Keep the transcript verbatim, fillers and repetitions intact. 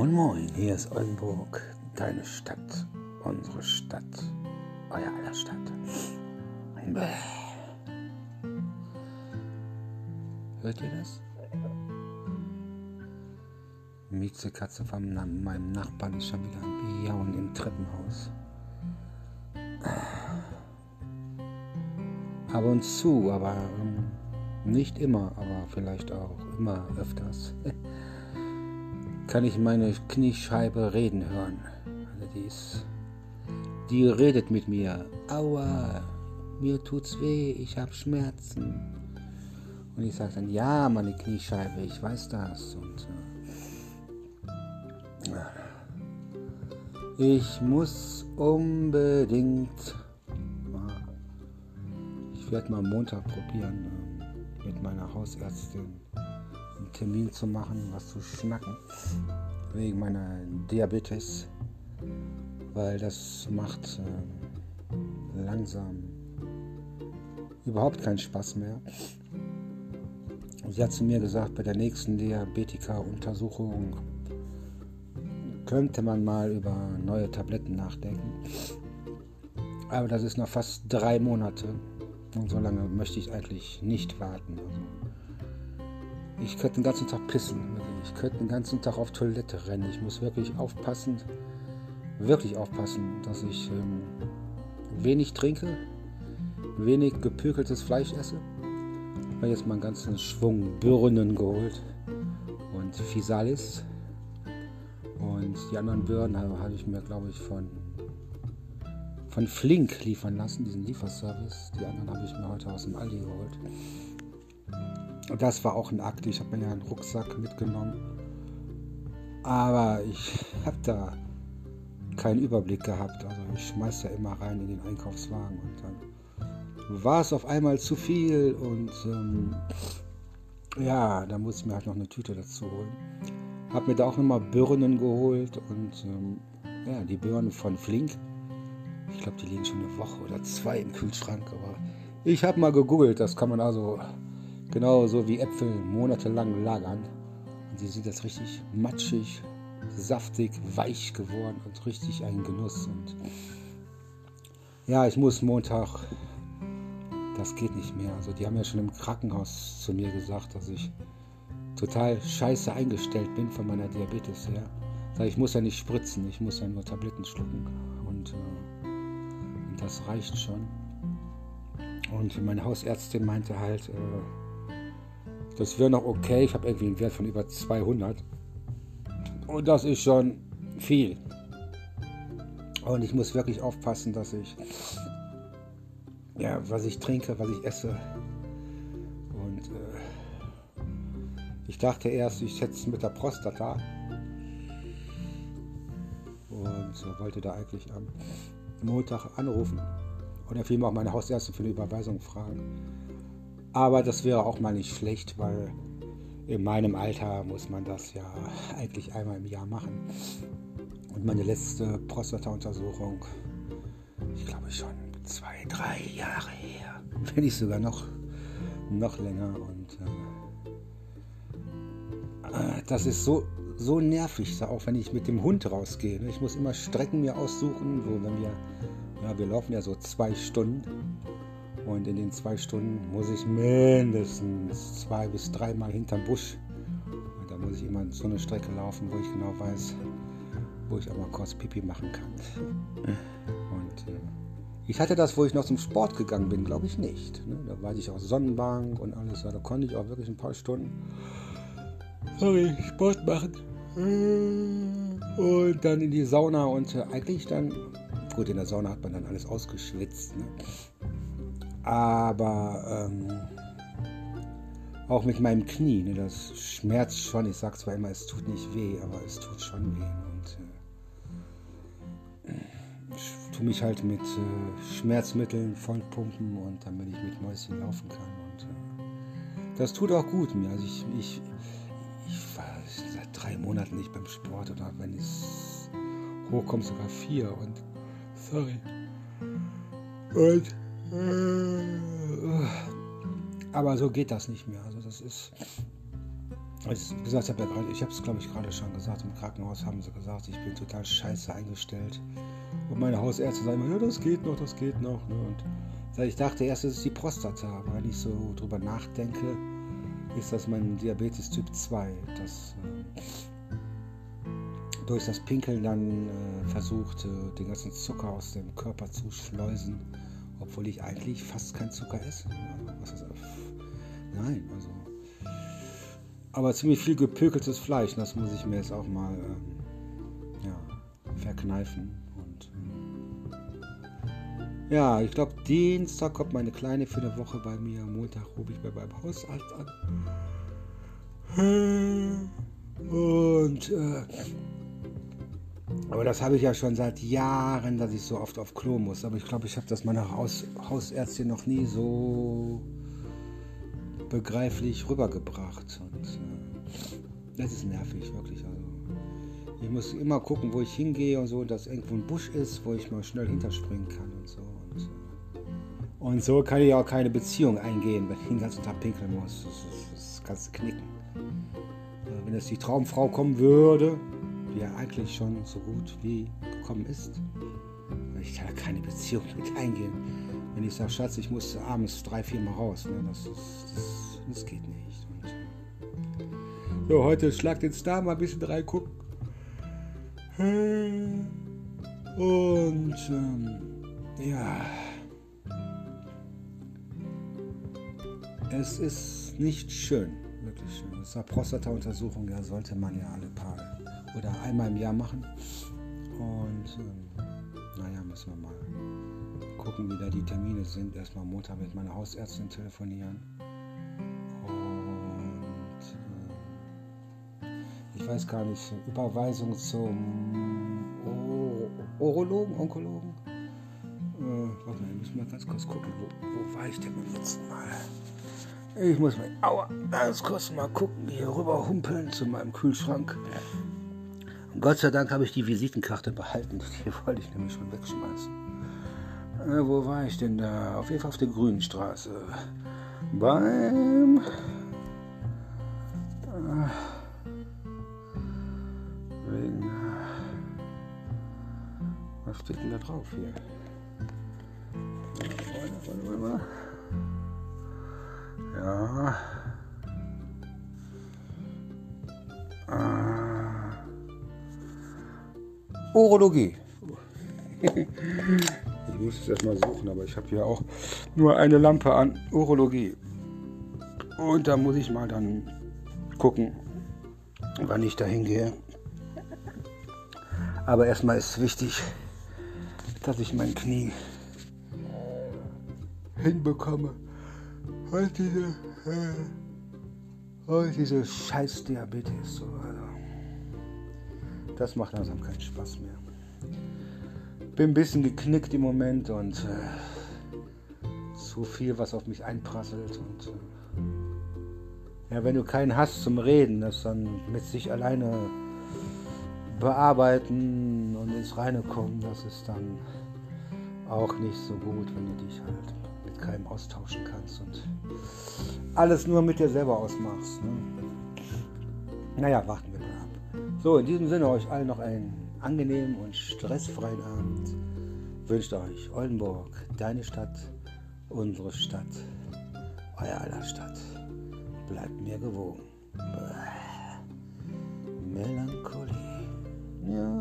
Moin Moin, hier ist Oldenburg, deine Stadt, unsere Stadt, euer aller Stadt. Bäh. Hört ihr das? Miezekatze von meinem Nachbarn ist schon wieder am Jauen im Treppenhaus. Ab und zu, aber ähm, nicht immer, aber vielleicht auch immer öfters. Kann ich meine Kniescheibe reden hören. Also die ist, die redet mit mir. Aua, mir tut's weh, ich hab Schmerzen. Und ich sage dann, ja, meine Kniescheibe, ich weiß das. Und äh, ich muss unbedingt, ich werde mal Montag probieren, äh, mit meiner Hausärztin einen Termin zu machen, was zu schnacken, wegen meiner Diabetes, weil das macht äh, langsam überhaupt keinen Spaß mehr. Sie hat zu mir gesagt, bei der nächsten Diabetiker-Untersuchung könnte man mal über neue Tabletten nachdenken. Aber das ist noch fast drei Monate und so lange möchte ich eigentlich nicht warten. Also ich könnte den ganzen Tag pissen, ich könnte den ganzen Tag auf Toilette rennen. Ich muss wirklich aufpassen, wirklich aufpassen, dass ich ähm, wenig trinke, wenig gepökeltes Fleisch esse. Ich habe jetzt mal einen ganzen Schwung Birnen geholt und Physalis. Und die anderen Birnen habe, habe ich mir, glaube ich, von, von Flink liefern lassen, diesen Lieferservice. Die anderen habe ich mir heute aus dem Aldi geholt. Und das war auch ein Akt. Ich habe mir ja einen Rucksack mitgenommen. Aber ich habe da keinen Überblick gehabt. Also ich schmeiße ja immer rein in den Einkaufswagen. Und dann war es auf einmal zu viel. Und ähm, ja, da musste ich mir halt noch eine Tüte dazu holen. Habe mir da auch nochmal Birnen geholt. Und ähm, ja, die Birnen von Flink. Ich glaube, die liegen schon eine Woche oder zwei im Kühlschrank. Aber ich habe mal gegoogelt. Das kann man also genauso wie Äpfel monatelang lagern. Und die sind jetzt richtig matschig, saftig, weich geworden und richtig ein Genuss. Und ja, ich muss Montag, das geht nicht mehr. Also die haben ja schon im Krankenhaus zu mir gesagt, dass ich total scheiße eingestellt bin von meiner Diabetes her. Sag, ich muss ja nicht spritzen, ich muss ja nur Tabletten schlucken. Und, äh, und das reicht schon. Und meine Hausärztin meinte halt, äh, das wäre noch okay. Ich habe irgendwie einen Wert von über zweihundert. Und das ist schon viel. Und ich muss wirklich aufpassen, dass ich, ja, was ich trinke, was ich esse. Und äh, ich dachte erst, ich hätte es mit der Prostata. Und so wollte da eigentlich am Montag anrufen. Oder vielmehr auch meine Hausärztin für eine Überweisung fragen. Aber das wäre auch mal nicht schlecht, weil in meinem Alter muss man das ja eigentlich einmal im Jahr machen. Und meine letzte Prostata-Untersuchung, ich glaube schon zwei, drei Jahre her, wenn nicht sogar noch, noch länger. Und äh, das ist so, so nervig, auch wenn ich mit dem Hund rausgehe. Ich muss immer Strecken mir aussuchen, wo wenn wir, ja, wir laufen ja so zwei Stunden. Und in den zwei Stunden muss ich mindestens zwei bis dreimal hinterm Busch. Und da muss ich immer so eine Strecke laufen, wo ich genau weiß, wo ich aber kurz Pipi machen kann. Und äh, ich hatte das, wo ich noch zum Sport gegangen bin, glaube ich nicht. Ne? Da war ich auf Sonnenbank und alles. Da konnte ich auch wirklich ein paar Stunden sorry, Sport machen. Und dann in die Sauna und äh, eigentlich dann, gut, in der Sauna hat man dann alles ausgeschwitzt. Ne? Aber ähm, auch mit meinem Knie, ne, das schmerzt schon. Ich sage zwar immer, es tut nicht weh, aber es tut schon weh. Und äh, ich tue mich halt mit äh, Schmerzmitteln vollpumpen und damit ich mit Mäuschen laufen kann. Und äh, das tut auch gut mir. Also ich, ich, ich war seit drei Monaten nicht beim Sport oder wenn es hochkommt, sogar vier. Und sorry. Und aber so geht das nicht mehr. Also das ist, Ich, wie gesagt, ich habe ja gerade, ich habe es glaube ich gerade schon gesagt, im Krankenhaus haben sie gesagt, ich bin total scheiße eingestellt. Und meine Hausärzte sagen immer, ja, das geht noch, das geht noch. Ne? Und ich dachte erst, es ist die Prostata, aber wenn ich so drüber nachdenke, ist das mein Diabetes Typ zwei, das äh, durch das Pinkeln dann äh, versucht, äh, den ganzen Zucker aus dem Körper zu schleusen, obwohl ich eigentlich fast kein Zucker esse. Also, was ist das? Nein, also aber ziemlich viel gepökeltes Fleisch, das muss ich mir jetzt auch mal ähm, ja, verkneifen. Und ähm, ja, ich glaube, Dienstag kommt meine Kleine für eine Woche bei mir. Montag rufe ich bei meinem Hausarzt an. Und äh, aber das habe ich ja schon seit Jahren, dass ich so oft auf Klo muss. Aber ich glaube, ich habe das meiner Haus, Hausärztin noch nie so begreiflich rübergebracht. Und äh, das ist nervig, wirklich. Also, ich muss immer gucken, wo ich hingehe und so, dass irgendwo ein Busch ist, wo ich mal schnell hinterspringen kann und so. Und, äh, und so kann ich auch keine Beziehung eingehen, wenn ich den ganzen Tag pinkeln muss. Das, das, das kannst du knicken. Äh, wenn jetzt die Traumfrau kommen würde, die ja eigentlich schon so gut wie gekommen ist, ich kann da keine Beziehung mit eingehen. Wenn ich sage, Schatz, ich muss abends drei, vier Mal raus, ne? das, ist, das, das geht nicht. Und, so, heute schlag den Star mal ein bisschen reingucken. Und ähm, ja, es ist nicht schön, wirklich schön. Das ist eine Prostata-Untersuchung, ja, sollte man ja alle paar oder einmal im Jahr machen. Und ähm, naja, müssen wir mal gucken, wie da die Termine sind. Erstmal am Montag mit meiner Hausärztin telefonieren. Und äh, ich weiß gar nicht, Überweisung zum o- Urologen, Onkologen. Äh, warte mal, ich muss mal ganz kurz gucken, wo, wo war ich denn beim letzten Mal? Ich muss mal, aua, ganz kurz mal gucken, hier rüber humpeln zu meinem Kühlschrank. Und Gott sei Dank habe ich die Visitenkarte behalten, die wollte ich nämlich schon wegschmeißen. Äh, wo war ich denn da? Auf jeden Fall auf der Grünen Straße. Beim... Äh, wegen... Äh, was steht denn da drauf hier? Warte, warte, warte. Ja... Äh, Urologie. Ich muss es erstmal suchen, aber ich habe hier auch nur eine Lampe an. Urologie. Und da muss ich mal dann gucken, wann ich da hingehe. Aber erstmal ist es wichtig, dass ich mein Knie hinbekomme. Und diese, äh, und diese scheiß Diabetes. So, also, das macht langsam keinen Spaß mehr. Bin ein bisschen geknickt im Moment und äh, zu viel, was auf mich einprasselt. Und äh, ja, wenn du keinen hast zum Reden, das dann mit sich alleine bearbeiten und ins Reine kommen, das ist dann auch nicht so gut, wenn du dich halt mit keinem austauschen kannst und alles nur mit dir selber ausmachst. Ne? Naja, warten wir mal ab. So, in diesem Sinne euch allen noch einen angenehmen und stressfreien Abend wünscht euch Oldenburg, deine Stadt, unsere Stadt, euer aller Stadt. Bleibt mir gewogen. Bäh. Melancholie. Ja.